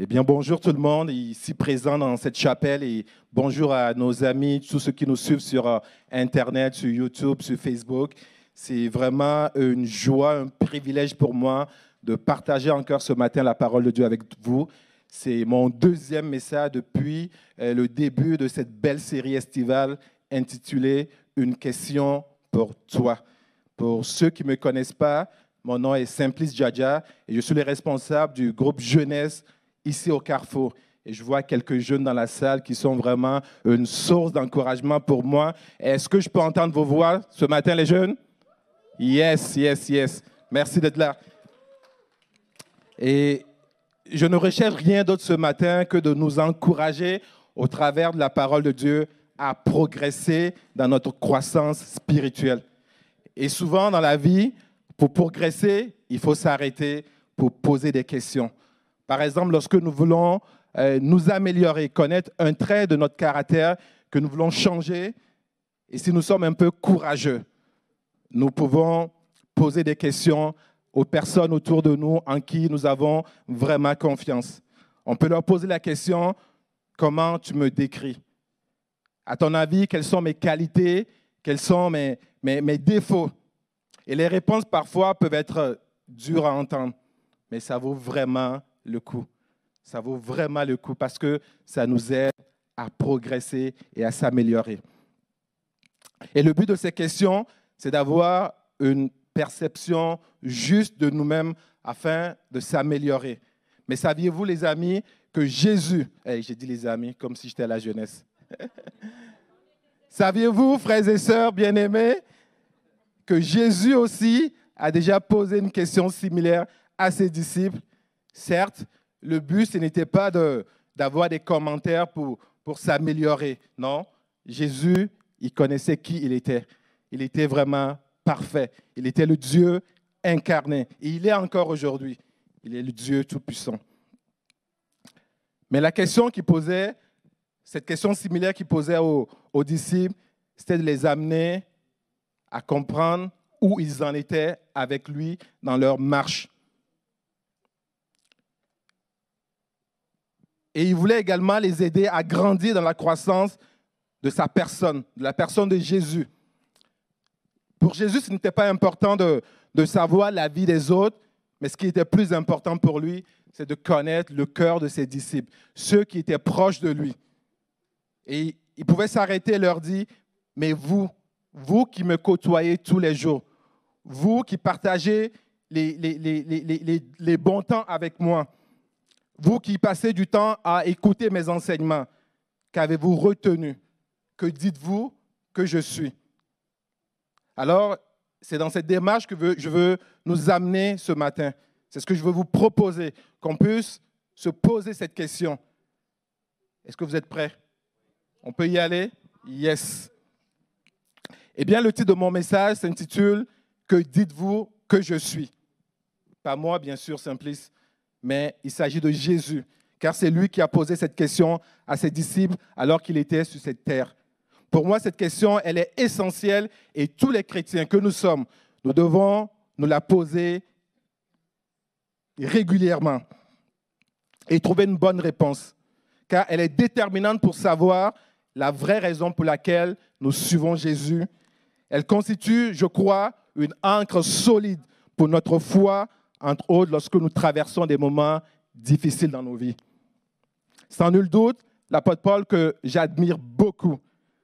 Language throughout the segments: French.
Eh bien, bonjour tout le monde ici présent dans cette chapelle et bonjour à nos amis, tous ceux qui nous suivent sur Internet, sur YouTube, sur Facebook. C'est vraiment une joie, un privilège pour moi de partager encore ce matin la parole de Dieu avec vous. C'est mon deuxième message depuis le début de cette belle série estivale intitulée « Une question pour toi ». Pour ceux qui ne me connaissent pas, mon nom est Simplice Djadja et je suis le responsable du groupe Jeunesse ici au Carrefour. Et je vois quelques jeunes dans la salle qui sont vraiment une source d'encouragement pour moi. Est-ce que je peux entendre vos voix ce matin, les jeunes? Yes, yes, yes. Merci d'être là. Et je ne recherche rien d'autre ce matin que de nous encourager au travers de la parole de Dieu à progresser dans notre croissance spirituelle. Et souvent dans la vie, pour progresser, il faut s'arrêter pour poser des questions. Par exemple, lorsque nous voulons nous améliorer, connaître un trait de notre caractère que nous voulons changer, et si nous sommes un peu courageux, nous pouvons poser des questions aux personnes autour de nous en qui nous avons vraiment confiance. On peut leur poser la question, comment tu me décris? À ton avis, quelles sont mes qualités? Quels sont mes défauts? Et les réponses parfois peuvent être dures à entendre, mais ça vaut vraiment le coup. Ça vaut vraiment le coup parce que ça nous aide à progresser et à s'améliorer. Et le but de ces questions, c'est d'avoir une perception juste de nous-mêmes afin de s'améliorer. Mais saviez-vous, les amis, que Jésus... j'ai dit les amis comme si j'étais à la jeunesse. Saviez-vous, frères et sœurs bien-aimés, que Jésus aussi a déjà posé une question similaire à ses disciples? Certes, le but, ce n'était pas d'avoir des commentaires pour s'améliorer. Non, Jésus, il connaissait qui il était. Il était vraiment parfait. Il était le Dieu incarné. Et il est encore aujourd'hui. Il est le Dieu tout-puissant. Mais la question qu'il posait, cette question similaire qu'il posait aux disciples, c'était de les amener à comprendre où ils en étaient avec lui dans leur marche. Et il voulait également les aider à grandir dans la croissance de sa personne, de la personne de Jésus. Pour Jésus, ce n'était pas important de savoir la vie des autres, mais ce qui était plus important pour lui, c'est de connaître le cœur de ses disciples, ceux qui étaient proches de lui. Et il pouvait s'arrêter et leur dire, mais vous qui me côtoyez tous les jours, vous qui partagez les bons temps avec moi, vous qui passez du temps à écouter mes enseignements, qu'avez-vous retenu? Que dites-vous que je suis? Alors, c'est dans cette démarche que je veux nous amener ce matin. C'est ce que je veux vous proposer, qu'on puisse se poser cette question. Est-ce que vous êtes prêts? On peut y aller? Yes. Eh bien, le titre de mon message s'intitule « Que dites-vous que je suis ?» Pas moi, bien sûr, Simplice, mais il s'agit de Jésus, car c'est lui qui a posé cette question à ses disciples alors qu'il était sur cette terre. Pour moi, cette question, elle est essentielle et tous les chrétiens que nous sommes, nous devons nous la poser régulièrement et trouver une bonne réponse, car elle est déterminante pour savoir la vraie raison pour laquelle nous suivons Jésus. Elle constitue, je crois, une ancre solide pour notre foi, entre autres lorsque nous traversons des moments difficiles dans nos vies. Sans nul doute, l'apôtre Paul, que j'admire beaucoup,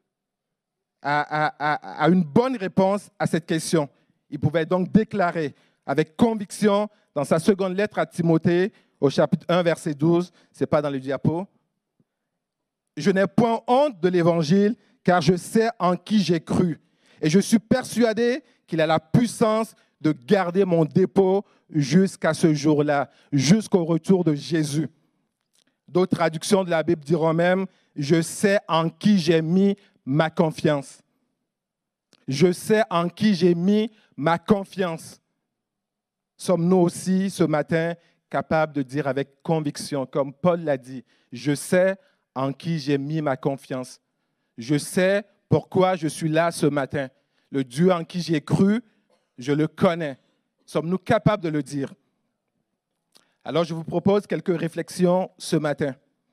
a une bonne réponse à cette question. Il pouvait donc déclarer avec conviction dans sa seconde lettre à Timothée, au chapitre 1, verset 12, ce n'est pas dans le diapo, « Je n'ai point honte de l'Évangile, car je sais en qui j'ai cru, et je suis persuadé qu'il a la puissance de garder mon dépôt jusqu'à ce jour-là, jusqu'au retour de Jésus. » D'autres traductions de la Bible diront même, « Je sais en qui j'ai mis ma confiance. » Je sais en qui j'ai mis ma confiance. Sommes-nous aussi ce matin capables de dire avec conviction, comme Paul l'a dit, « Je sais en qui j'ai mis ma confiance. Je sais pourquoi je suis là ce matin. Le Dieu en qui j'ai cru, je le connais. » Sommes-nous capables de le dire? Alors, je vous propose quelques réflexions ce matin.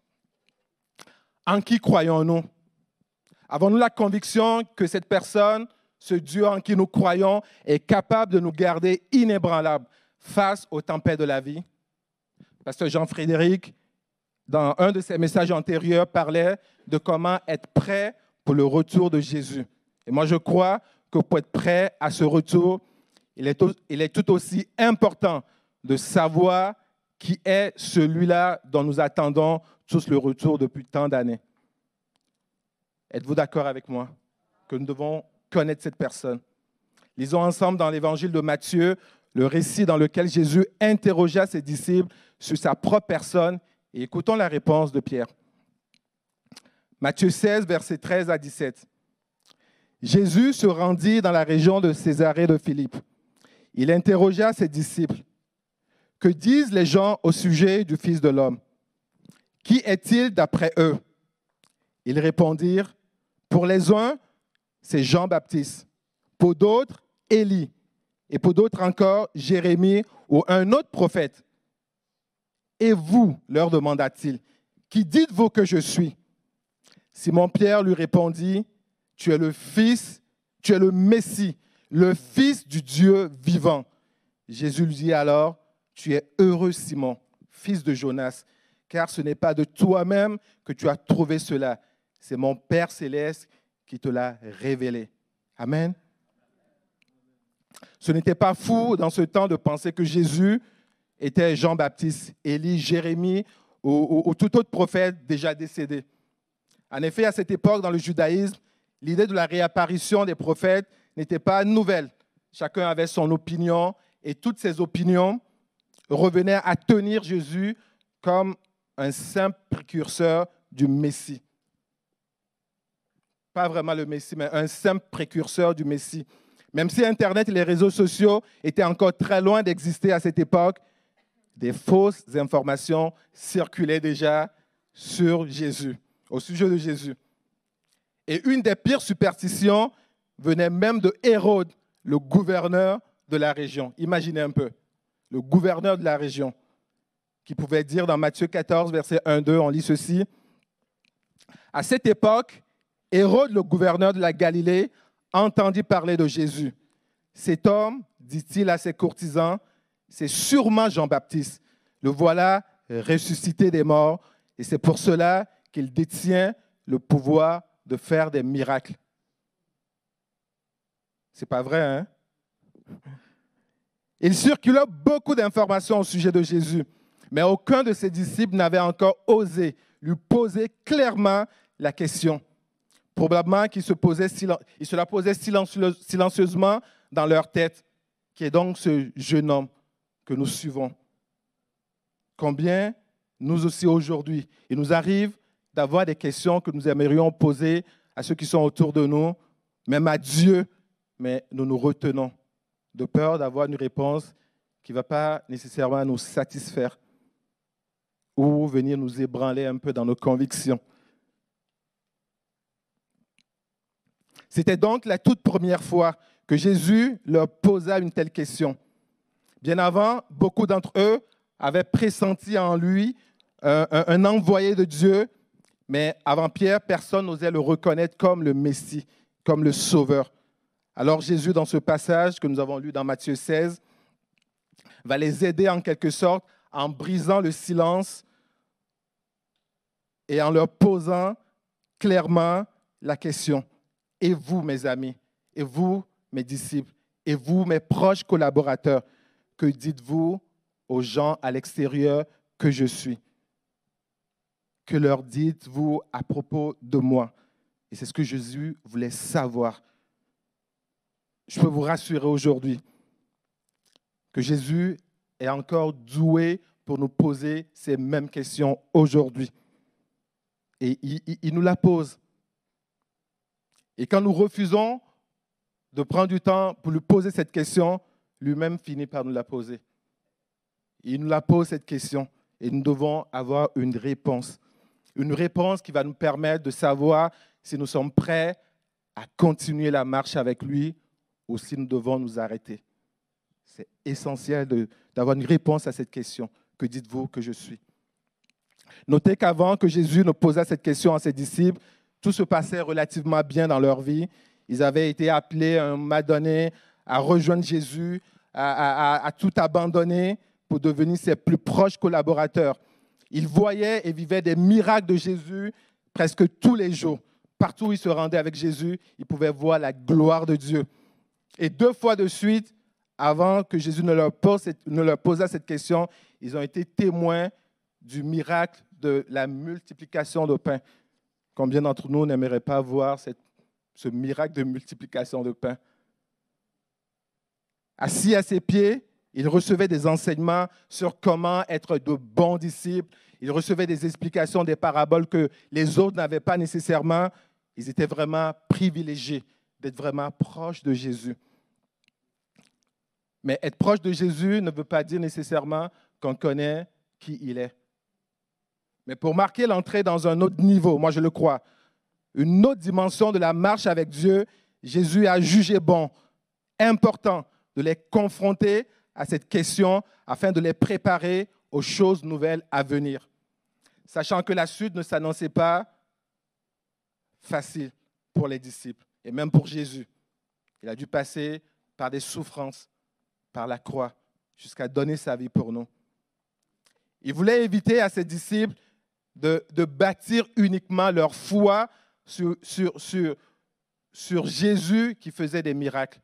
En qui croyons-nous? Avons-nous la conviction que cette personne, ce Dieu en qui nous croyons, est capable de nous garder inébranlables face aux tempêtes de la vie? Pasteur Jean-Frédéric, dans un de ses messages antérieurs, parlait de comment être prêt pour le retour de Jésus. Et moi, je crois que pour être prêt à ce retour, il est tout aussi important de savoir qui est celui-là dont nous attendons tous le retour depuis tant d'années. Êtes-vous d'accord avec moi que nous devons connaître cette personne? Lisons ensemble dans l'évangile de Matthieu le récit dans lequel Jésus interrogea ses disciples sur sa propre personne et écoutons la réponse de Pierre. Matthieu 16, versets 13 à 17. Jésus se rendit dans la région de Césarée de Philippe. Il interrogea ses disciples. Que disent les gens au sujet du Fils de l'homme? Qui est-il d'après eux? Ils répondirent, pour les uns, c'est Jean-Baptiste, pour d'autres, Élie, et pour d'autres encore, Jérémie ou un autre prophète. Et vous, leur demanda-t-il, qui dites-vous que je suis? Simon-Pierre lui répondit, tu es le Fils, tu es le Messie, le Fils du Dieu vivant. Jésus lui dit alors, tu es heureux, Simon, fils de Jonas, car ce n'est pas de toi-même que tu as trouvé cela. C'est mon Père céleste qui te l'a révélé. Amen. Ce n'était pas fou dans ce temps de penser que Jésus était Jean-Baptiste, Élie, Jérémie ou tout autre prophète déjà décédé. En effet, à cette époque, dans le judaïsme, l'idée de la réapparition des prophètes n'était pas nouvelle. Chacun avait son opinion et toutes ces opinions revenaient à tenir Jésus comme un simple précurseur du Messie. Pas vraiment le Messie, mais un simple précurseur du Messie. Même si Internet et les réseaux sociaux étaient encore très loin d'exister à cette époque, des fausses informations circulaient déjà sur Jésus, au sujet de Jésus. Et une des pires superstitions venait même de Hérode, le gouverneur de la région. Imaginez un peu, le gouverneur de la région, qui pouvait dire dans Matthieu 14, verset 1-2, on lit ceci. À cette époque, Hérode, le gouverneur de la Galilée, entendit parler de Jésus. Cet homme, dit-il à ses courtisans, c'est sûrement Jean-Baptiste. Le voilà ressuscité des morts et c'est pour cela qu'il détient le pouvoir de faire des miracles. C'est pas vrai, hein? Il circulait beaucoup d'informations au sujet de Jésus, mais aucun de ses disciples n'avait encore osé lui poser clairement la question. Probablement qu'ils se la posaient silencieusement dans leur tête. Qui est donc ce jeune homme que nous suivons? Combien, nous aussi aujourd'hui, il nous arrive d'avoir des questions que nous aimerions poser à ceux qui sont autour de nous, même à Dieu, mais nous nous retenons de peur d'avoir une réponse qui ne va pas nécessairement nous satisfaire ou venir nous ébranler un peu dans nos convictions. C'était donc la toute première fois que Jésus leur posa une telle question. Bien avant, beaucoup d'entre eux avaient pressenti en lui un envoyé de Dieu, mais avant Pierre, personne n'osait le reconnaître comme le Messie, comme le Sauveur. Alors Jésus, dans ce passage que nous avons lu dans Matthieu 16, va les aider en quelque sorte en brisant le silence et en leur posant clairement la question. Et vous, mes amis, et vous, mes disciples, et vous, mes proches collaborateurs, que dites-vous aux gens à l'extérieur que je suis? Que leur dites-vous à propos de moi? Et c'est ce que Jésus voulait savoir. Je peux vous rassurer aujourd'hui que Jésus est encore doué pour nous poser ces mêmes questions aujourd'hui. Et il nous la pose. Et quand nous refusons de prendre du temps pour lui poser cette question, lui-même finit par nous la poser. Il nous la pose, cette question, et nous devons avoir une réponse. Une réponse qui va nous permettre de savoir si nous sommes prêts à continuer la marche avec lui ou si nous devons nous arrêter. C'est essentiel d'avoir une réponse à cette question. que dites-vous que je suis? Notez qu'avant que Jésus ne posât cette question à ses disciples, tout se passait relativement bien dans leur vie. Ils avaient été appelés à un moment donné à rejoindre Jésus, à tout abandonner pour devenir ses plus proches collaborateurs. Ils voyaient et vivaient des miracles de Jésus presque tous les jours. Partout où ils se rendaient avec Jésus, ils pouvaient voir la gloire de Dieu. Et 2 fois de suite, avant que Jésus ne leur posât cette question, ils ont été témoins du miracle de la multiplication de pain. Combien d'entre nous n'aimeraient pas voir ce miracle de multiplication de pain? Assis à ses pieds, il recevait des enseignements sur comment être de bons disciples. Il recevait des explications, des paraboles que les autres n'avaient pas nécessairement. Ils étaient vraiment privilégiés d'être vraiment proches de Jésus. Mais être proche de Jésus ne veut pas dire nécessairement qu'on connaît qui il est. Mais pour marquer l'entrée dans un autre niveau, moi je le crois, une autre dimension de la marche avec Dieu, Jésus a jugé bon, important, de les confronter à cette question afin de les préparer aux choses nouvelles à venir. Sachant que la suite ne s'annonçait pas facile pour les disciples et même pour Jésus. Il a dû passer par des souffrances, par la croix, jusqu'à donner sa vie pour nous. Il voulait éviter à ses disciples de bâtir uniquement leur foi sur Jésus qui faisait des miracles.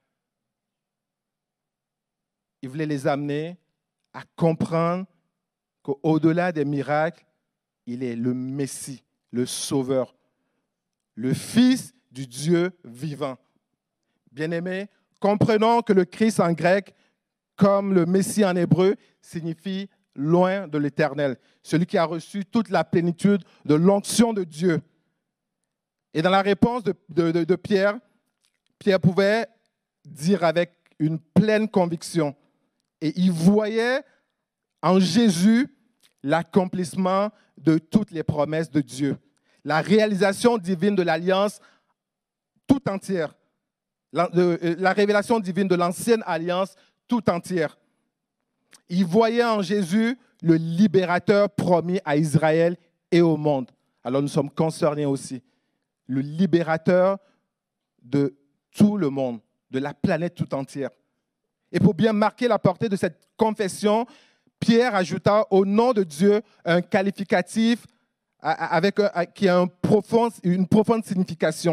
Il voulait les amener à comprendre qu'au-delà des miracles, il est le Messie, le Sauveur, le Fils du Dieu vivant. Bien-aimés, comprenons que le Christ en grec, comme le Messie en hébreu, signifie loin de l'Éternel, celui qui a reçu toute la plénitude de l'onction de Dieu. Et dans la réponse de Pierre, Pierre pouvait dire avec une pleine conviction, et il voyait en Jésus l'accomplissement de toutes les promesses de Dieu, la réalisation divine de l'alliance tout entière, la révélation divine de l'ancienne alliance tout entière. Il voyait en Jésus le libérateur promis à Israël et au monde. Alors nous sommes concernés aussi. Le libérateur de tout le monde, de la planète tout entière. Et pour bien marquer la portée de cette confession, Pierre ajouta au nom de Dieu un qualificatif qui a une profonde signification.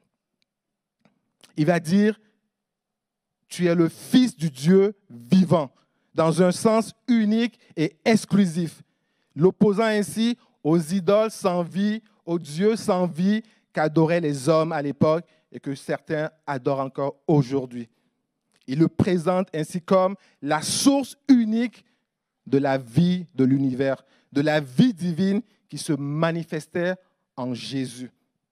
Il va dire, tu es le Fils du Dieu vivant, dans un sens unique et exclusif, l'opposant ainsi aux idoles sans vie, aux dieux sans vie qu'adoraient les hommes à l'époque et que certains adorent encore aujourd'hui. Il le présente ainsi comme la source unique de la vie de l'univers, de la vie divine qui se manifestait en Jésus.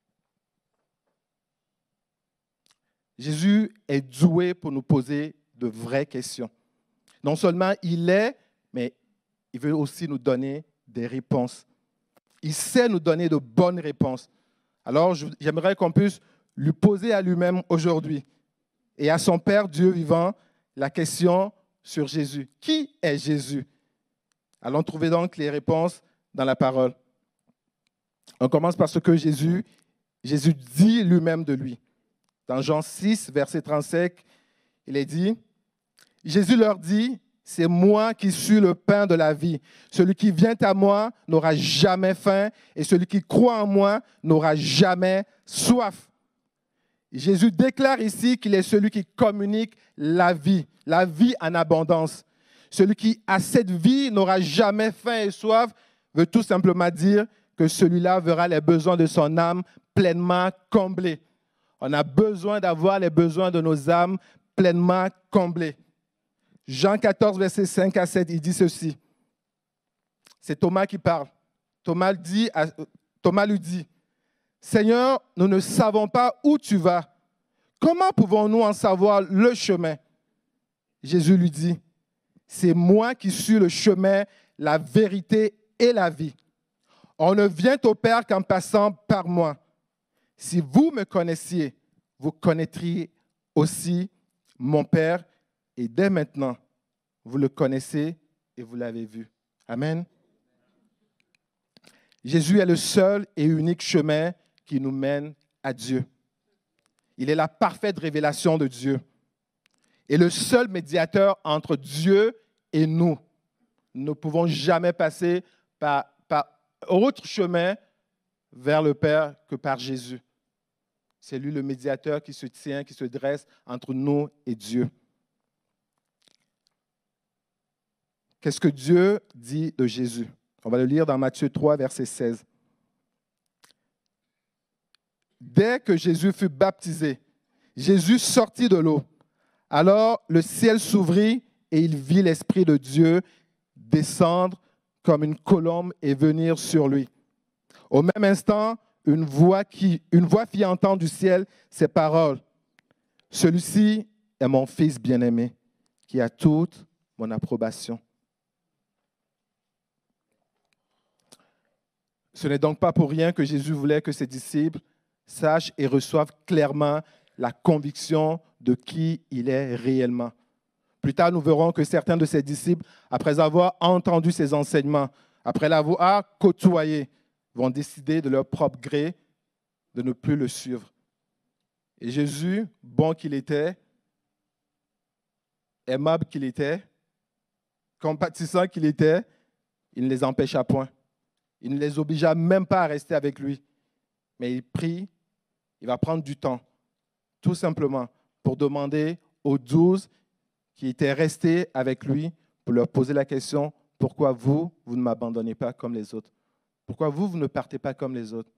Jésus est doué pour nous poser de vraies questions. Non seulement il est, mais il veut aussi nous donner des réponses. Il sait nous donner de bonnes réponses. Alors, j'aimerais qu'on puisse lui poser à lui-même aujourd'hui et à son Père Dieu vivant la question sur Jésus. Qui est Jésus? Allons trouver donc les réponses dans la parole. On commence par ce que Jésus dit lui-même de lui. Dans Jean 6, verset 35, il est dit, Jésus leur dit, c'est moi qui suis le pain de la vie. Celui qui vient à moi n'aura jamais faim et celui qui croit en moi n'aura jamais soif. Jésus déclare ici qu'il est celui qui communique la vie en abondance. Celui qui a cette vie n'aura jamais faim et soif veut tout simplement dire que celui-là verra les besoins de son âme pleinement comblés. On a besoin d'avoir les besoins de nos âmes pleinement comblés. Jean 14, versets 5 à 7, il dit ceci. C'est Thomas qui parle. Thomas lui dit, « Seigneur, nous ne savons pas où tu vas. Comment pouvons-nous en savoir le chemin? » Jésus lui dit, « C'est moi qui suis le chemin, la vérité et la vie. On ne vient au Père qu'en passant par moi. Si vous me connaissiez, vous connaîtriez aussi mon Père, et dès maintenant, vous le connaissez et vous l'avez vu. » Amen. Jésus est le seul et unique chemin qui nous mène à Dieu. Il est la parfaite révélation de Dieu et le seul médiateur entre Dieu et nous. Nous ne pouvons jamais passer par autre chemin vers le Père que par Jésus. C'est lui le médiateur qui se tient, qui se dresse entre nous et Dieu. Qu'est-ce que Dieu dit de Jésus? On va le lire dans Matthieu 3, verset 16. Dès que Jésus fut baptisé, Jésus sortit de l'eau. Alors le ciel s'ouvrit et il vit l'Esprit de Dieu descendre comme une colombe et venir sur lui. Au même instant, une voix fit entendre du ciel ces paroles. Celui-ci est mon Fils bien-aimé, qui a toute mon approbation. Ce n'est donc pas pour rien que Jésus voulait que ses disciples sachent et reçoivent clairement la conviction de qui il est réellement. Plus tard, nous verrons que certains de ses disciples, après avoir entendu ses enseignements, après l'avoir côtoyé, vont décider de leur propre gré de ne plus le suivre. Et Jésus, bon qu'il était, aimable qu'il était, compatissant qu'il était, il ne les empêcha point. Il ne les obligea même pas à rester avec lui. Mais il prie, il va prendre du temps, tout simplement, pour demander aux 12 qui étaient restés avec lui, pour leur poser la question, pourquoi vous ne m'abandonnez pas comme les autres? Pourquoi vous ne partez pas comme les autres?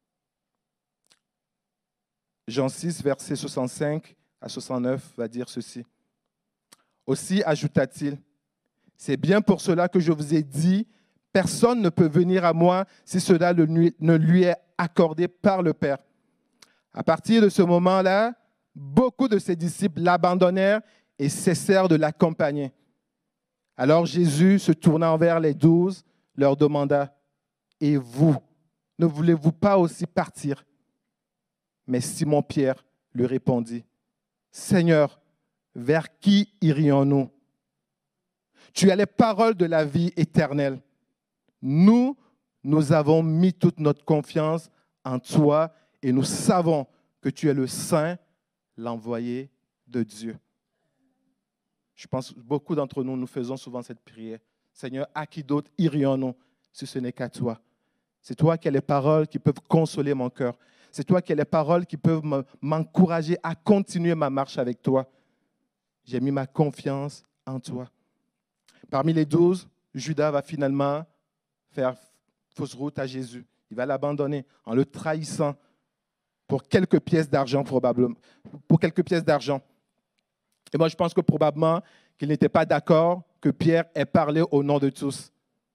Jean 6, versets 65 à 69 va dire ceci. Aussi, ajouta-t-il, c'est bien pour cela que je vous ai dit, personne ne peut venir à moi si cela ne lui est accordé par le Père. À partir de ce moment-là, beaucoup de ses disciples l'abandonnèrent et cessèrent de l'accompagner. Alors Jésus, se tournant vers les 12, leur demanda, « Et vous, ne voulez-vous pas aussi partir ?» Mais Simon-Pierre lui répondit, « Seigneur, vers qui irions-nous? Tu as les paroles de la vie éternelle. Nous avons mis toute notre confiance en toi et nous savons que tu es le Saint, l'envoyé de Dieu. » Je pense que beaucoup d'entre nous, nous faisons souvent cette prière. Seigneur, à qui d'autre irions-nous si ce n'est qu'à toi? C'est toi qui as les paroles qui peuvent consoler mon cœur. C'est toi qui as les paroles qui peuvent m'encourager à continuer ma marche avec toi. J'ai mis ma confiance en toi. Parmi les 12, Judas va finalement faire fausse route à Jésus. Il va l'abandonner en le trahissant pour quelques pièces d'argent, probablement. Pour quelques pièces d'argent. Et moi, je pense que probablement qu'il n'était pas d'accord que Pierre ait parlé au nom de tous.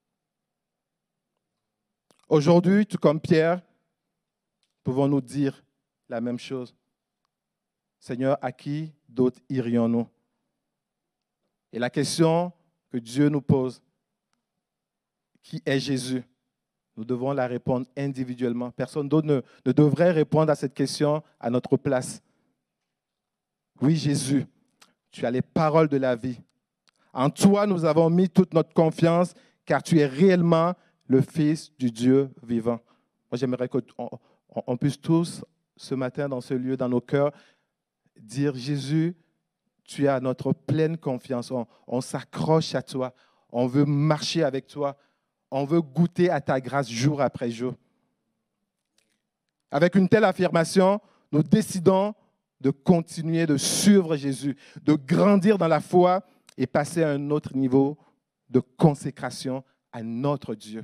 Aujourd'hui, tout comme Pierre, pouvons-nous dire la même chose? Seigneur, à qui d'autre irions-nous? Et la question que Dieu nous pose, qui est Jésus? Nous devons la répondre individuellement. Personne d'autre ne devrait répondre à cette question à notre place. Oui, Jésus, tu as les paroles de la vie. En toi, nous avons mis toute notre confiance, car tu es réellement le Fils du Dieu vivant. Moi, j'aimerais qu'on puisse tous, ce matin, dans ce lieu, dans nos cœurs, dire, Jésus, tu as notre pleine confiance. On s'accroche à toi. On veut marcher avec toi. On veut goûter à ta grâce jour après jour. Avec une telle affirmation, nous décidons de continuer de suivre Jésus, de grandir dans la foi et passer à un autre niveau de consécration à notre Dieu.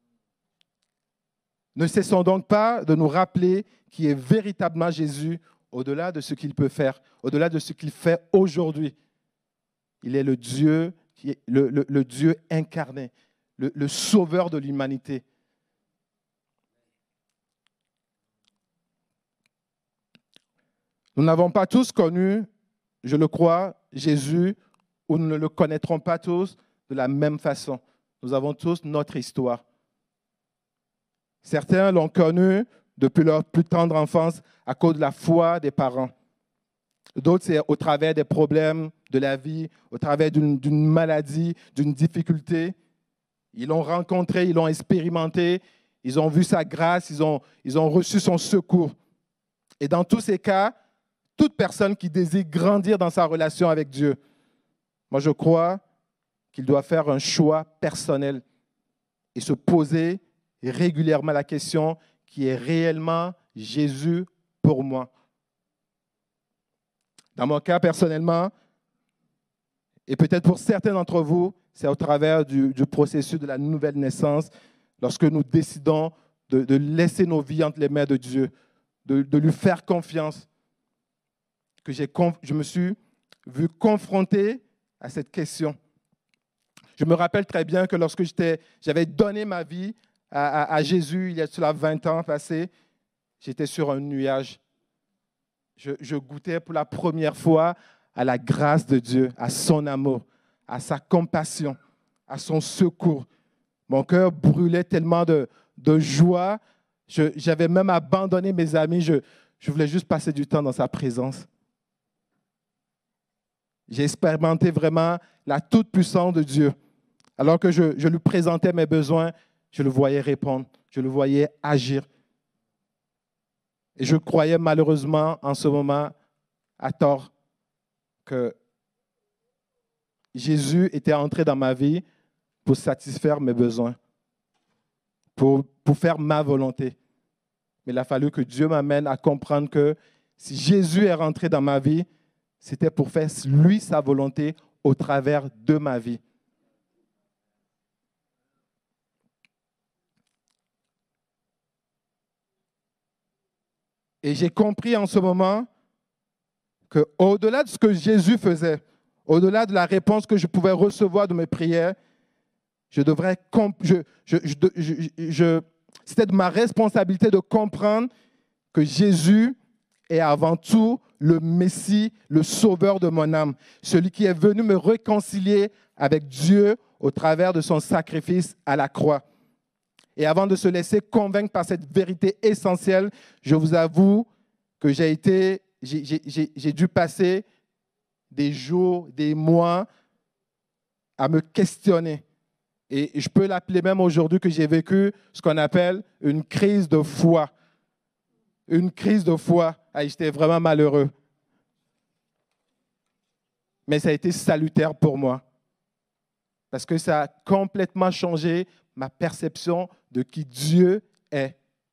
Ne cessons donc pas de nous rappeler qui est véritablement Jésus au-delà de ce qu'il peut faire, au-delà de ce qu'il fait aujourd'hui. Il est le Dieu, le Dieu incarné, le sauveur de l'humanité. Nous n'avons pas tous connu, je le crois, Jésus, ou nous ne le connaîtrons pas tous de la même façon. Nous avons tous notre histoire. Certains l'ont connu depuis leur plus tendre enfance à cause de la foi des parents. D'autres, c'est au travers des problèmes de la vie, au travers d'une maladie, d'une difficulté. Ils l'ont rencontré, ils l'ont expérimenté, ils ont vu sa grâce, ils ont reçu son secours. Et dans tous ces cas, toute personne qui désire grandir dans sa relation avec Dieu, moi je crois qu'il doit faire un choix personnel et se poser régulièrement la question qui est réellement Jésus pour moi. Dans mon cas, personnellement, et peut-être pour certains d'entre vous, c'est au travers du processus de la nouvelle naissance, lorsque nous décidons de laisser nos vies entre les mains de Dieu, de lui faire confiance, que je me suis vu confronté à cette question. Je me rappelle très bien que lorsque j'avais donné ma vie à Jésus, il y a cela 20 ans passés, j'étais sur un nuage. Je goûtais pour la première fois à la grâce de Dieu, à son amour, à sa compassion, à son secours. Mon cœur brûlait tellement de joie. J'avais même abandonné mes amis. Je voulais juste passer du temps dans sa présence. J'ai expérimenté vraiment la toute-puissance de Dieu. Alors que je lui présentais mes besoins, je le voyais répondre, je le voyais agir. Et je croyais malheureusement en ce moment, à tort, que Jésus était entré dans ma vie pour satisfaire mes besoins, pour faire ma volonté. Mais il a fallu que Dieu m'amène à comprendre que si Jésus est rentré dans ma vie, c'était pour faire lui sa volonté au travers de ma vie. Et j'ai compris en ce moment qu'au-delà de ce que Jésus faisait, au-delà de la réponse que je pouvais recevoir de mes prières, c'était de ma responsabilité de comprendre que Jésus est avant tout le Messie, le sauveur de mon âme, celui qui est venu me réconcilier avec Dieu au travers de son sacrifice à la croix. Et avant de se laisser convaincre par cette vérité essentielle, je vous avoue que j'ai dû passer des jours, des mois à me questionner. Et je peux l'appeler même aujourd'hui que j'ai vécu ce qu'on appelle une crise de foi. Une crise de foi. Ah, j'étais vraiment malheureux. Mais ça a été salutaire pour moi. Parce que ça a complètement changé ma perception de qui Dieu est.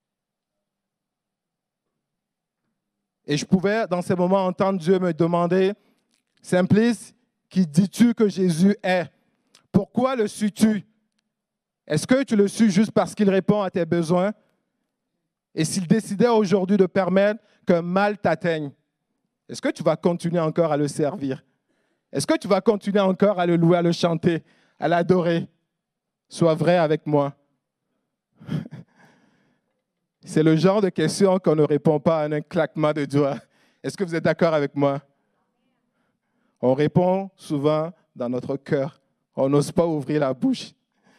Et je pouvais, dans ces moments, entendre Dieu me demander, « Simplice, qui dis-tu que Jésus est? Pourquoi le suis-tu? Est-ce que tu le suis juste parce qu'il répond à tes besoins? Et s'il décidait aujourd'hui de permettre qu'un mal t'atteigne, est-ce que tu vas continuer encore à le servir? Est-ce que tu vas continuer encore à le louer, à le chanter, à l'adorer? Sois vrai avec moi. » C'est le genre de question qu'on ne répond pas en un claquement de doigts. Est-ce que vous êtes d'accord avec moi? On répond souvent dans notre cœur. On n'ose pas ouvrir la bouche.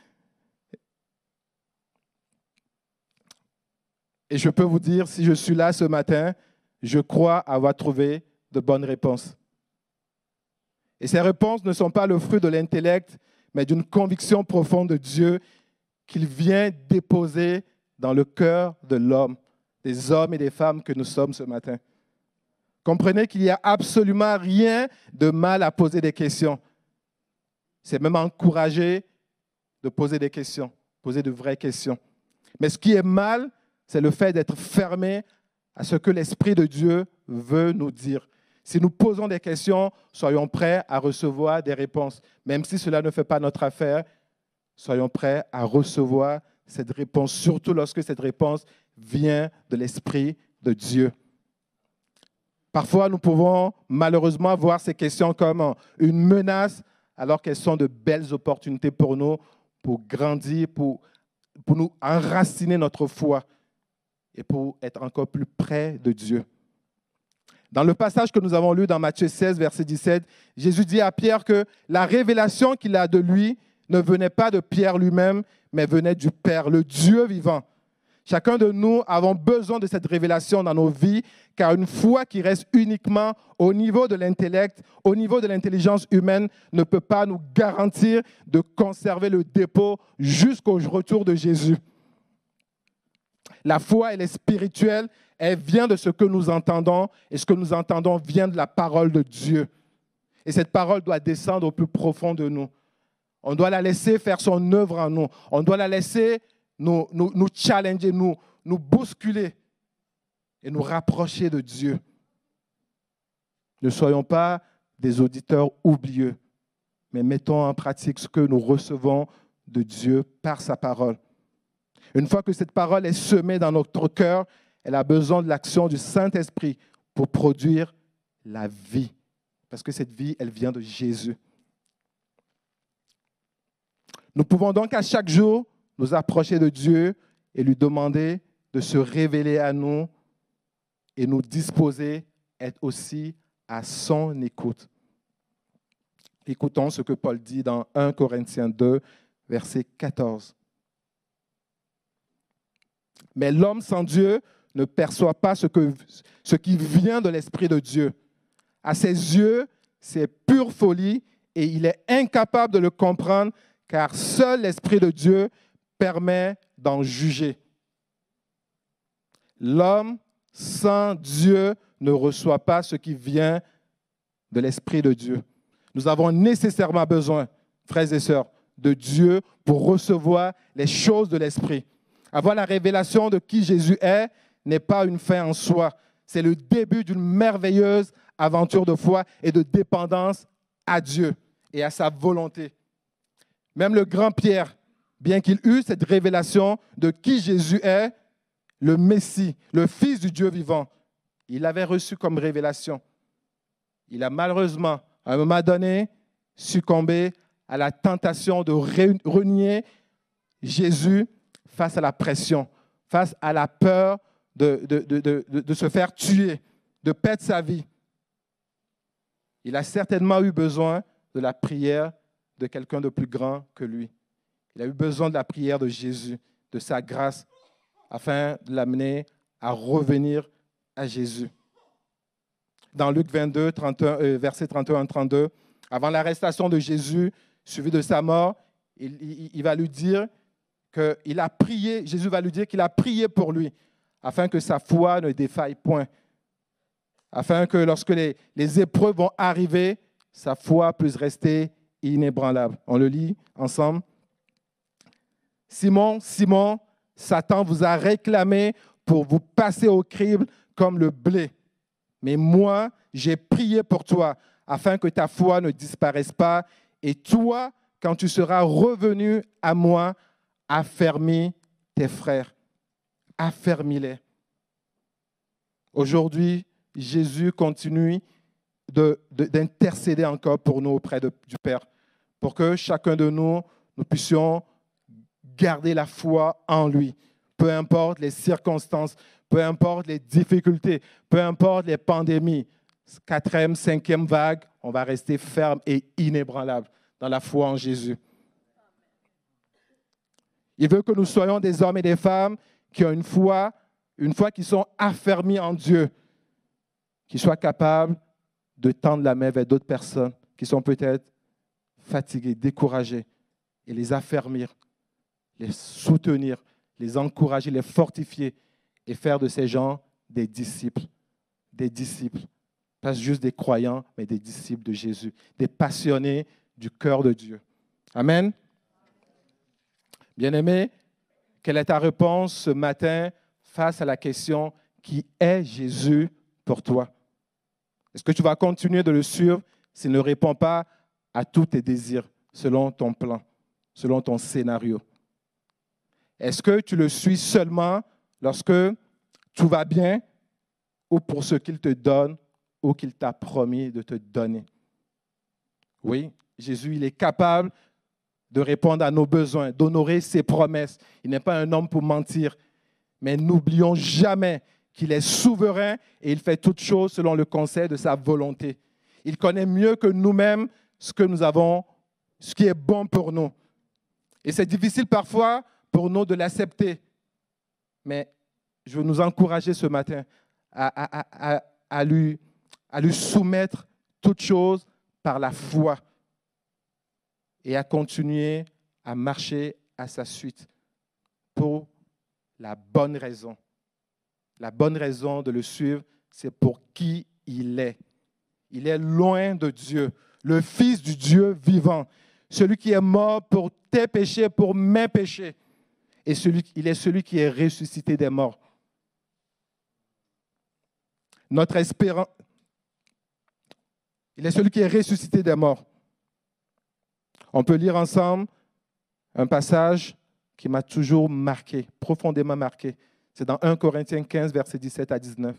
Et je peux vous dire, si je suis là ce matin, je crois avoir trouvé de bonnes réponses. Et ces réponses ne sont pas le fruit de l'intellect, mais d'une conviction profonde de Dieu qu'il vient déposer dans le cœur de l'homme, des hommes et des femmes que nous sommes ce matin. Comprenez qu'il n'y a absolument rien de mal à poser des questions. C'est même encouragé de poser des questions, poser de vraies questions. Mais ce qui est mal, c'est le fait d'être fermé à ce que l'Esprit de Dieu veut nous dire. Si nous posons des questions, soyons prêts à recevoir des réponses. Même si cela ne fait pas notre affaire, soyons prêts à recevoir cette réponse, surtout lorsque cette réponse vient de l'Esprit de Dieu. Parfois, nous pouvons malheureusement voir ces questions comme une menace, alors qu'elles sont de belles opportunités pour nous, pour grandir, pour nous enraciner notre foi et pour être encore plus près de Dieu. Dans le passage que nous avons lu dans Matthieu 16, verset 17, Jésus dit à Pierre que la révélation qu'il a de lui ne venait pas de Pierre lui-même, mais venait du Père, le Dieu vivant. Chacun de nous avons besoin de cette révélation dans nos vies, car une foi qui reste uniquement au niveau de l'intellect, au niveau de l'intelligence humaine, ne peut pas nous garantir de conserver le dépôt jusqu'au retour de Jésus. La foi, elle est spirituelle, elle vient de ce que nous entendons, et ce que nous entendons vient de la parole de Dieu. Et cette parole doit descendre au plus profond de nous. On doit la laisser faire son œuvre en nous. On doit la laisser nous challenger, nous bousculer et nous rapprocher de Dieu. Ne soyons pas des auditeurs oublieux, mais mettons en pratique ce que nous recevons de Dieu par sa parole. Une fois que cette parole est semée dans notre cœur, elle a besoin de l'action du Saint-Esprit pour produire la vie. Parce que cette vie, elle vient de Jésus. Nous pouvons donc à chaque jour nous approcher de Dieu et lui demander de se révéler à nous et nous disposer à être aussi à son écoute. Écoutons ce que Paul dit dans 1 Corinthiens 2, verset 14. Mais l'homme sans Dieu ne perçoit pas ce qui vient de l'Esprit de Dieu. À ses yeux, c'est pure folie et il est incapable de le comprendre car seul l'Esprit de Dieu permet d'en juger. L'homme sans Dieu ne reçoit pas ce qui vient de l'Esprit de Dieu. Nous avons nécessairement besoin, frères et sœurs, de Dieu pour recevoir les choses de l'Esprit. Avoir la révélation de qui Jésus est n'est pas une fin en soi. C'est le début d'une merveilleuse aventure de foi et de dépendance à Dieu et à sa volonté. Même le grand Pierre, bien qu'il eût cette révélation de qui Jésus est, le Messie, le Fils du Dieu vivant, il l'avait reçu comme révélation. Il a malheureusement, à un moment donné, succombé à la tentation de renier Jésus face à la pression, face à la peur de se faire tuer, de perdre sa vie. Il a certainement eu besoin de la prière de quelqu'un de plus grand que lui. Il a eu besoin de la prière de Jésus, de sa grâce, afin de l'amener à revenir à Jésus. Dans Luc 22, versets 31-32, avant l'arrestation de Jésus, suivi de sa mort, il va lui dire qu'il a prié, Jésus va lui dire qu'il a prié pour lui, afin que sa foi ne défaille point, afin que lorsque les épreuves vont arriver, sa foi puisse rester inébranlable. On le lit ensemble. Simon, Simon, Satan vous a réclamé pour vous passer au crible comme le blé. Mais moi, j'ai prié pour toi, afin que ta foi ne disparaisse pas. Et toi, quand tu seras revenu à moi, affermis tes frères. Affermis-les. Aujourd'hui, Jésus continue d'intercéder encore pour nous auprès du Père, pour que chacun de nous puissions garder la foi en lui, peu importe les circonstances, peu importe les difficultés, peu importe les pandémies, 4e, 5e vague, on va rester ferme et inébranlable dans la foi en Jésus. Il veut que nous soyons des hommes et des femmes qui ont une foi qui sont affermis en Dieu, qui soient capables de tendre la main vers d'autres personnes qui sont peut-être fatiguées, découragées, et les affermir, les soutenir, les encourager, les fortifier et faire de ces gens des disciples. Des disciples. Pas juste des croyants, mais des disciples de Jésus, des passionnés du cœur de Dieu. Amen. Bien-aimé, quelle est ta réponse ce matin face à la question « Qui est Jésus pour toi ?» Est-ce que tu vas continuer de le suivre s'il ne répond pas à tous tes désirs, selon ton plan, selon ton scénario? Est-ce que tu le suis seulement lorsque tout va bien ou pour ce qu'il te donne ou qu'il t'a promis de te donner? Oui, Jésus, il est capable de répondre à nos besoins, d'honorer ses promesses. Il n'est pas un homme pour mentir, mais n'oublions jamais qu'il est souverain et il fait toutes choses selon le conseil de sa volonté. Il connaît mieux que nous-mêmes ce que nous avons, ce qui est bon pour nous. Et c'est difficile parfois pour nous de l'accepter. Mais je veux nous encourager ce matin à lui soumettre toutes choses par la foi et à continuer à marcher à sa suite pour la bonne raison. La bonne raison de le suivre, c'est pour qui il est. Il est loin de Dieu, le Fils du Dieu vivant, celui qui est mort pour tes péchés, pour mes péchés. Et il est celui qui est ressuscité des morts. Notre espérance, il est celui qui est ressuscité des morts. On peut lire ensemble un passage qui m'a toujours marqué, profondément marqué. C'est dans 1 Corinthiens 15, versets 17 à 19.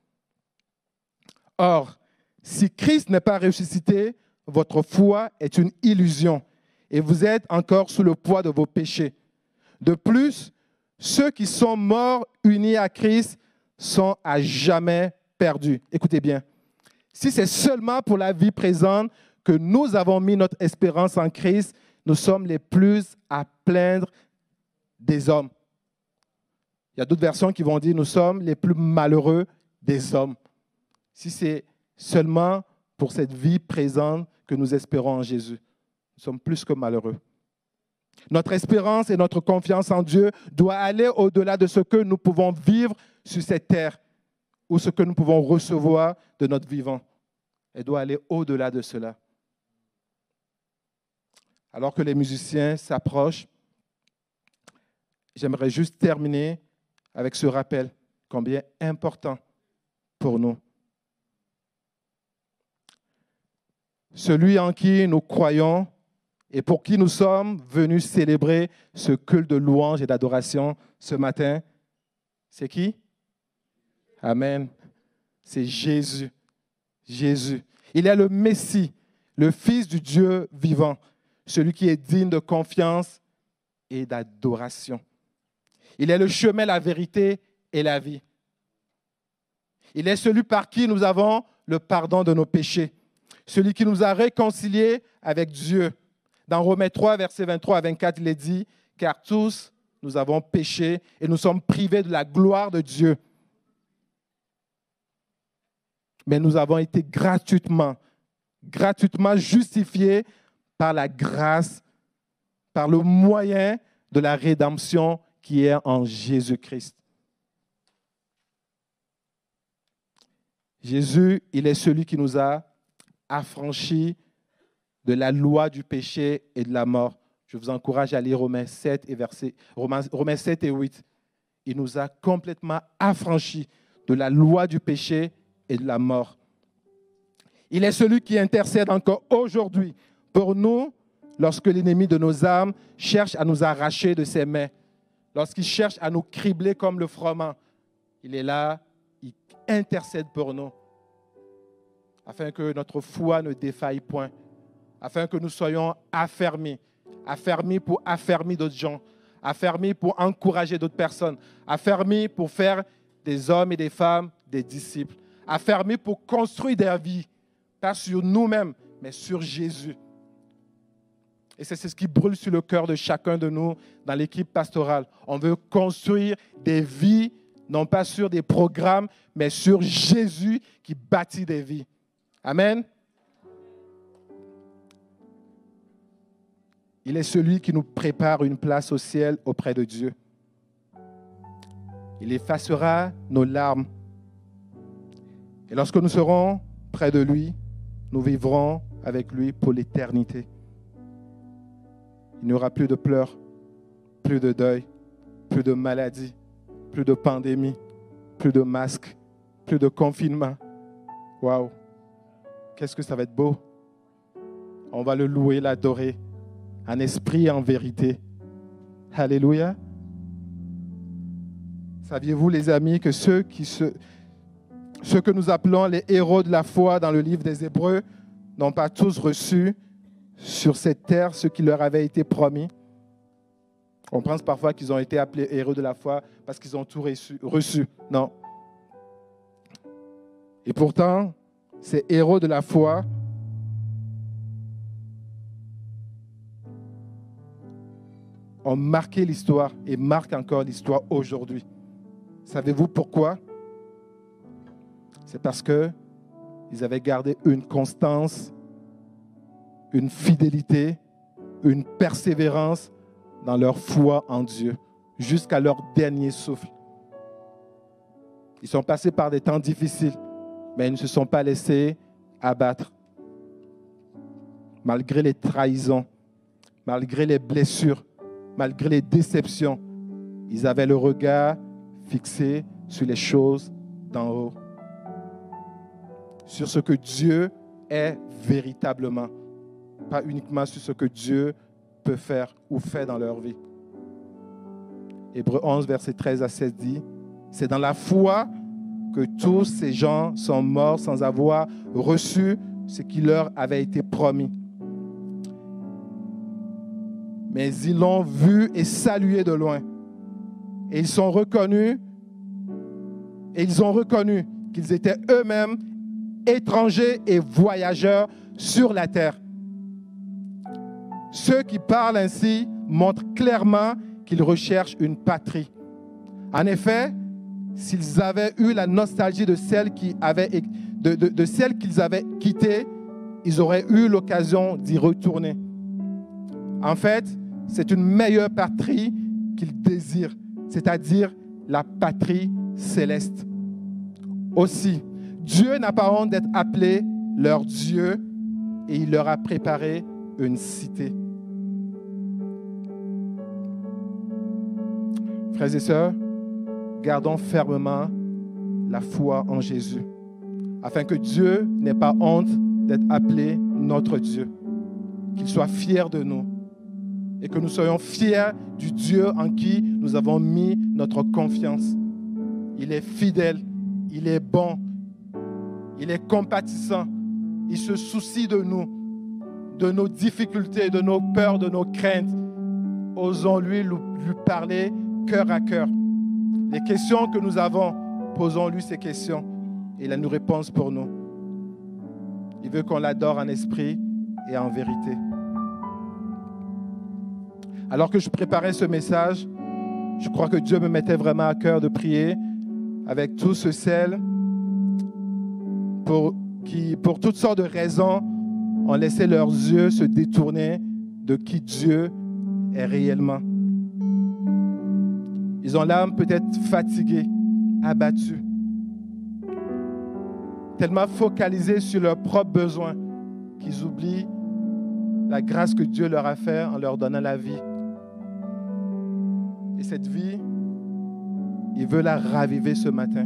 Or, si Christ n'est pas ressuscité, votre foi est une illusion et vous êtes encore sous le poids de vos péchés. De plus, ceux qui sont morts unis à Christ sont à jamais perdus. Écoutez bien. Si c'est seulement pour la vie présente que nous avons mis notre espérance en Christ, nous sommes les plus à plaindre des hommes. Il y a d'autres versions qui vont dire nous sommes les plus malheureux des hommes. Si c'est seulement pour cette vie présente que nous espérons en Jésus, nous sommes plus que malheureux. Notre espérance et notre confiance en Dieu doit aller au-delà de ce que nous pouvons vivre sur cette terre ou ce que nous pouvons recevoir de notre vivant. Elle doit aller au-delà de cela. Alors que les musiciens s'approchent, j'aimerais juste terminer avec ce rappel combien important pour nous. Celui en qui nous croyons et pour qui nous sommes venus célébrer ce culte de louange et d'adoration ce matin, c'est qui? Amen. C'est Jésus. Jésus. Il est le Messie, le Fils du Dieu vivant, celui qui est digne de confiance et d'adoration. Il est le chemin, la vérité et la vie. Il est celui par qui nous avons le pardon de nos péchés, celui qui nous a réconciliés avec Dieu. Dans Romains 3, versets 23 à 24, il est dit « Car tous nous avons péché et nous sommes privés de la gloire de Dieu. Mais nous avons été gratuitement justifiés par la grâce, par le moyen de la rédemption qui est en Jésus-Christ. » Jésus, il est celui qui nous a affranchis de la loi du péché et de la mort. Je vous encourage à lire Romains 7 et 8. Il nous a complètement affranchis de la loi du péché et de la mort. Il est celui qui intercède encore aujourd'hui pour nous lorsque l'ennemi de nos âmes cherche à nous arracher de ses mains, lorsqu'il cherche à nous cribler comme le froment. Il est là, il intercède pour nous afin que notre foi ne défaille point, afin que nous soyons affermis pour affermir d'autres gens, affermis pour encourager d'autres personnes, affermis pour faire des hommes et des femmes des disciples, affermis pour construire des vies, pas sur nous-mêmes, mais sur Jésus. Et c'est ce qui brûle sur le cœur de chacun de nous dans l'équipe pastorale. On veut construire des vies, non pas sur des programmes, mais sur Jésus qui bâtit des vies. Amen. Il est celui qui nous prépare une place au ciel auprès de Dieu. Il effacera nos larmes. Et lorsque nous serons près de lui, nous vivrons avec lui pour l'éternité. Il n'y aura plus de pleurs, plus de deuil, plus de maladie, plus de pandémie, plus de masques, plus de confinement. Waouh! Qu'est-ce que ça va être beau! On va le louer, l'adorer, en esprit et en vérité. Alléluia! Saviez-vous, les amis, que ceux que nous appelons les héros de la foi dans le livre des Hébreux n'ont pas tous reçu sur cette terre ce qui leur avait été promis? On pense parfois qu'ils ont été appelés héros de la foi parce qu'ils ont tout reçu. Non. Et pourtant, ces héros de la foi ont marqué l'histoire et marquent encore l'histoire aujourd'hui. Savez-vous pourquoi? C'est parce qu'ils avaient gardé une constance, une fidélité, une persévérance dans leur foi en Dieu, jusqu'à leur dernier souffle. Ils sont passés par des temps difficiles, mais ils ne se sont pas laissés abattre. Malgré les trahisons, malgré les blessures, malgré les déceptions, ils avaient le regard fixé sur les choses d'en haut, sur ce que Dieu est véritablement, pas uniquement sur ce que Dieu peut faire ou fait dans leur vie. Hébreux 11, versets 13 à 16 dit, « C'est dans la foi que tous ces gens sont morts sans avoir reçu ce qui leur avait été promis. Mais ils l'ont vu et salué de loin. Et ils ont reconnu qu'ils étaient eux-mêmes étrangers et voyageurs sur la terre. Ceux qui parlent ainsi montrent clairement qu'ils recherchent une patrie. En effet, s'ils avaient eu la nostalgie de celle qu'ils avaient quittée, ils auraient eu l'occasion d'y retourner. En fait, c'est une meilleure patrie qu'ils désirent, c'est-à-dire la patrie céleste. Aussi, Dieu n'a pas honte d'être appelé leur Dieu et il leur a préparé une cité. Frères et sœurs, gardons fermement la foi en Jésus, afin que Dieu n'ait pas honte d'être appelé notre Dieu, qu'il soit fier de nous et que nous soyons fiers du Dieu en qui nous avons mis notre confiance. Il est fidèle, il est bon, il est compatissant, il se soucie de nous, de nos difficultés, de nos peurs, de nos craintes. Osons-lui lui parler cœur à cœur. Les questions que nous avons, posons-lui ces questions et il a une réponse pour nous. Il veut qu'on l'adore en esprit et en vérité. Alors que je préparais ce message, je crois que Dieu me mettait vraiment à cœur de prier avec tous ceux qui, pour toutes sortes de raisons, ont laissé leurs yeux se détourner de qui Dieu est réellement. Ils ont l'âme peut-être fatiguée, abattue, tellement focalisés sur leurs propres besoins qu'ils oublient la grâce que Dieu leur a faite en leur donnant la vie. Et cette vie, il veut la raviver ce matin.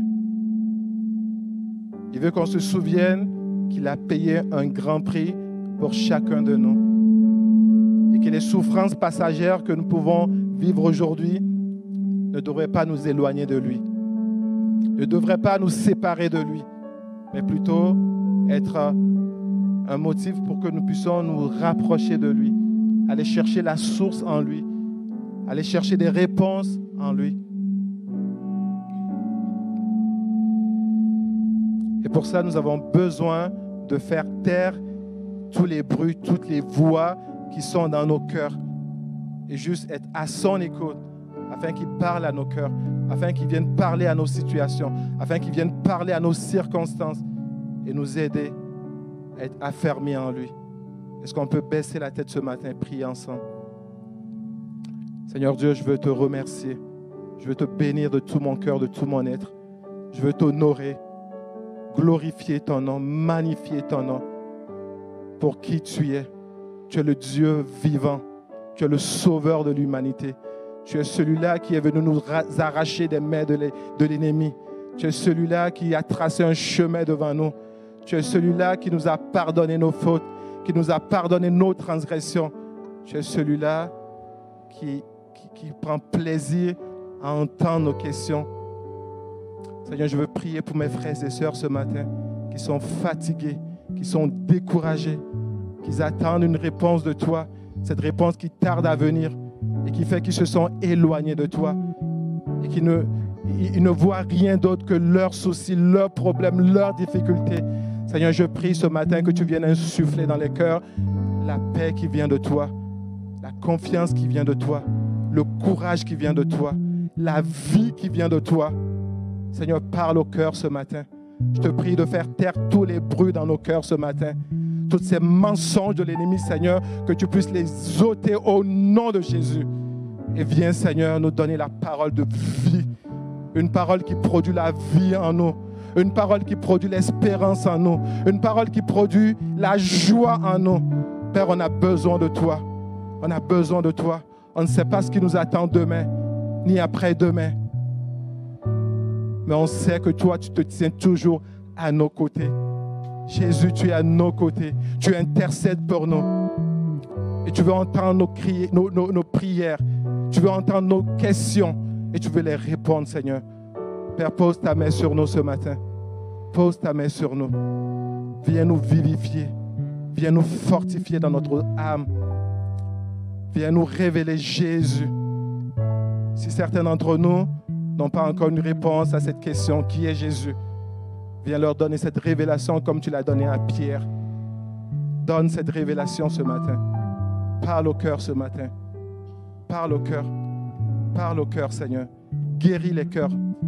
Il veut qu'on se souvienne qu'il a payé un grand prix pour chacun de nous. Et que les souffrances passagères que nous pouvons vivre aujourd'hui ne devraient pas nous éloigner de lui. Ne devraient pas nous séparer de lui. Mais plutôt être un motif pour que nous puissions nous rapprocher de lui. Aller chercher la source en lui. Aller chercher des réponses en lui. Et pour ça, nous avons besoin de faire taire tous les bruits, toutes les voix qui sont dans nos cœurs. Et juste être à son écoute, afin qu'il parle à nos cœurs, afin qu'il vienne parler à nos situations, afin qu'il vienne parler à nos circonstances et nous aider à être affermis en lui. Est-ce qu'on peut baisser la tête ce matin et prier ensemble? Seigneur Dieu, je veux te remercier. Je veux te bénir de tout mon cœur, de tout mon être. Je veux t'honorer, glorifier ton nom, magnifier ton nom pour qui tu es. Tu es le Dieu vivant. Tu es le sauveur de l'humanité. Tu es celui-là qui est venu nous arracher des mains de l'ennemi. Tu es celui-là qui a tracé un chemin devant nous. Tu es celui-là qui nous a pardonné nos fautes, qui nous a pardonné nos transgressions. Tu es celui-là qui prend plaisir à entendre nos questions. Seigneur, je veux prier pour mes frères et sœurs ce matin qui sont fatigués, qui sont découragés, qui attendent une réponse de toi, cette réponse qui tarde à venir et qui fait qu'ils se sont éloignés de toi et qu'ils ne voient rien d'autre que leurs soucis, leurs problèmes, leurs difficultés. Seigneur, je prie ce matin que tu viennes insuffler dans les cœurs la paix qui vient de toi, la confiance qui vient de toi, le courage qui vient de toi, la vie qui vient de toi. Seigneur, parle au cœur ce matin. Je te prie de faire taire tous les bruits dans nos cœurs ce matin. Tous ces mensonges de l'ennemi, Seigneur, que tu puisses les ôter au nom de Jésus. Et viens, Seigneur, nous donner la parole de vie. Une parole qui produit la vie en nous. Une parole qui produit l'espérance en nous. Une parole qui produit la joie en nous. Père, on a besoin de toi. On a besoin de toi. On ne sait pas ce qui nous attend demain, ni après-demain. Mais on sait que toi, tu te tiens toujours à nos côtés. Jésus, tu es à nos côtés. Tu intercèdes pour nous. Et tu veux entendre nos prières. Tu veux entendre nos questions. Et tu veux les répondre, Seigneur. Père, pose ta main sur nous ce matin. Pose ta main sur nous. Viens nous vivifier. Viens nous fortifier dans notre âme. Viens nous révéler Jésus. Si certains d'entre nous n'ont pas encore une réponse à cette question, qui est Jésus? Viens leur donner cette révélation comme tu l'as donnée à Pierre. Donne cette révélation ce matin. Parle au cœur ce matin. Parle au cœur. Parle au cœur, Seigneur. Guéris les cœurs.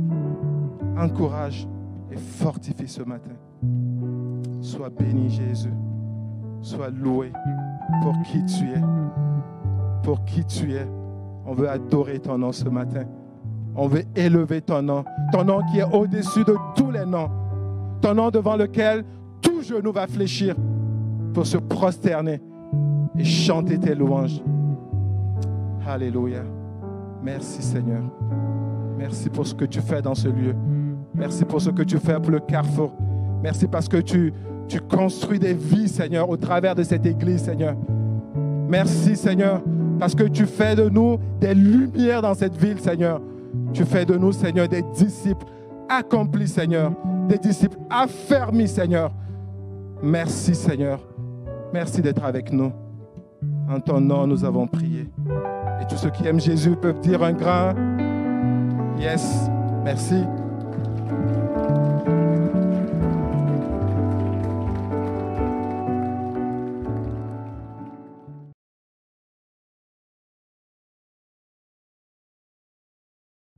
Encourage et fortifie ce matin. Sois béni, Jésus. Sois loué pour qui tu es. Pour qui tu es. On veut adorer ton nom ce matin. On veut élever ton nom. Ton nom qui est au-dessus de tous les noms. Ton nom devant lequel tout genou va fléchir pour se prosterner et chanter tes louanges. Alléluia. Merci Seigneur. Merci pour ce que tu fais dans ce lieu. Merci pour ce que tu fais pour le Carrefour. Merci parce que tu construis des vies, Seigneur, au travers de cette église, Seigneur. Merci, Seigneur, parce que tu fais de nous des lumières dans cette ville, Seigneur. Tu fais de nous, Seigneur, des disciples accomplis, Seigneur. Des disciples affermis, Seigneur. Merci, Seigneur. Merci d'être avec nous. En ton nom, nous avons prié. Et tous ceux qui aiment Jésus peuvent dire un grand yes. Merci.